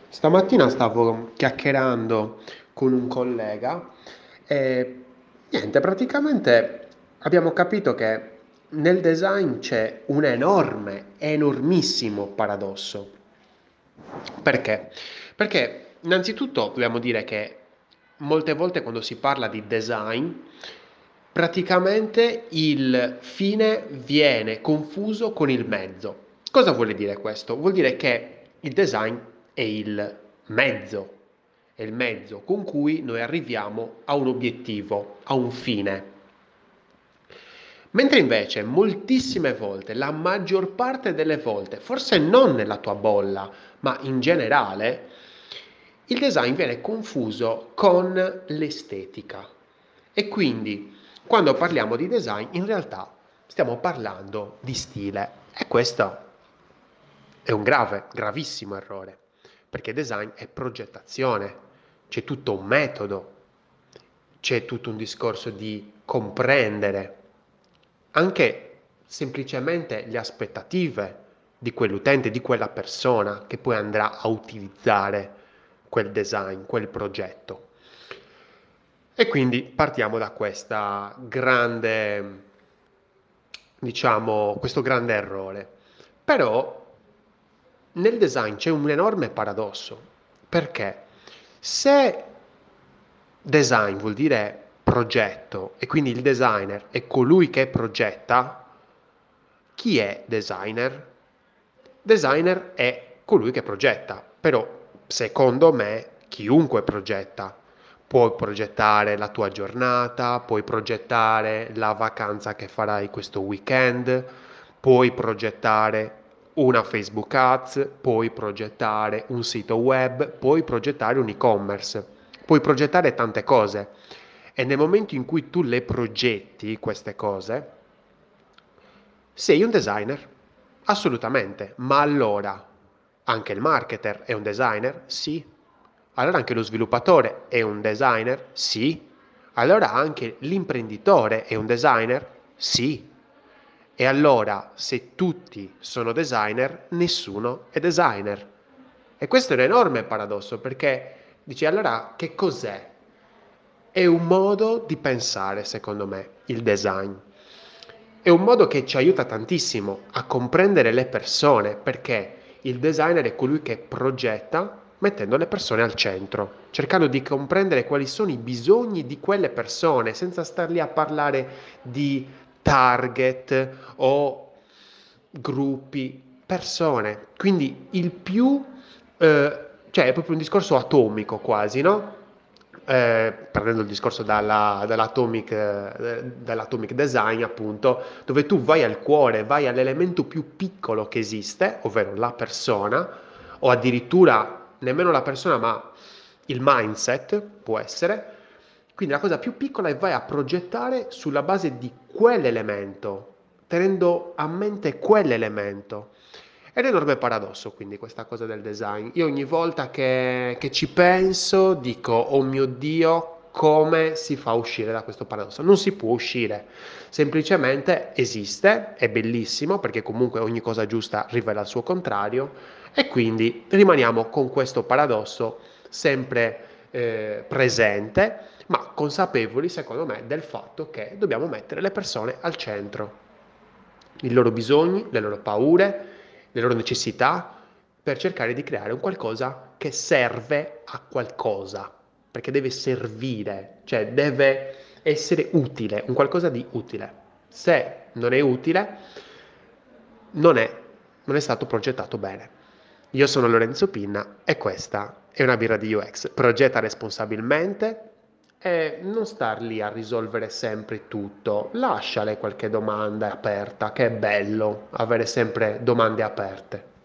Stamattina stavo chiacchierando con un collega e niente, praticamente abbiamo capito che nel design c'è un enorme, enormissimo paradosso. Perché? Perché innanzitutto dobbiamo dire che molte volte quando si parla di design, praticamente il fine viene confuso con il mezzo. Cosa vuol dire questo? Vuol dire che il design mezzo, è il mezzo con cui noi arriviamo a un obiettivo, a un fine. Mentre invece moltissime volte, la maggior parte delle volte, forse non nella tua bolla, ma in generale, il design viene confuso con l'estetica. E quindi, quando parliamo di design, in realtà stiamo parlando di stile. E questo è un gravissimo errore, perché design è progettazione, c'è tutto un metodo, c'è tutto un discorso di comprendere anche semplicemente le aspettative di quell'utente, di quella persona che poi andrà a utilizzare quel design, quel progetto. E quindi partiamo da questa grande, diciamo, questo grande errore. Però nel design c'è un enorme paradosso, perché se design vuol dire progetto e quindi il designer è colui che progetta, chi è designer? Designer è colui che progetta, però secondo me chiunque progetta. Puoi progettare la tua giornata, puoi progettare la vacanza che farai questo weekend, puoi progettare una Facebook Ads, puoi progettare un sito web, puoi progettare un e-commerce, puoi progettare tante cose. E nel momento in cui tu le progetti, queste cose, sei un designer? Assolutamente, ma allora anche il marketer è un designer? Sì. Allora anche lo sviluppatore è un designer? Sì. Allora anche l'imprenditore è un designer? Sì. E allora se tutti sono designer, nessuno è designer. E questo è un enorme paradosso perché dici allora che cos'è? È un modo di pensare, secondo me, il design. È un modo che ci aiuta tantissimo a comprendere le persone, perché il designer è colui che progetta mettendo le persone al centro, cercando di comprendere quali sono i bisogni di quelle persone, senza star lì a parlare di target o gruppi, persone. Quindi cioè è proprio un discorso atomico quasi, no? Prendendo il discorso dall'atomic design, appunto, dove tu vai al cuore, vai all'elemento più piccolo che esiste, ovvero la persona, o addirittura nemmeno la persona, ma il mindset può essere. Quindi la cosa più piccola e vai a progettare sulla base di quell'elemento, tenendo a mente quell'elemento. Ed è un enorme paradosso, quindi, questa cosa del design. Io ogni volta che ci penso dico, oh mio Dio, come si fa a uscire da questo paradosso? Non si può uscire, semplicemente esiste, è bellissimo, perché comunque ogni cosa giusta rivela il suo contrario, e quindi rimaniamo con questo paradosso sempre presente, ma consapevoli, secondo me, del fatto che dobbiamo mettere le persone al centro, i loro bisogni, le loro paure, le loro necessità, per cercare di creare un qualcosa che serve a qualcosa, perché deve servire, cioè deve essere utile, un qualcosa di utile. Se non è utile, non è, non è stato progettato bene. Io sono Lorenzo Pinna e questa è una birra di UX. Progetta responsabilmente e non star lì a risolvere sempre tutto. Lasciale qualche domanda aperta, che è bello avere sempre domande aperte.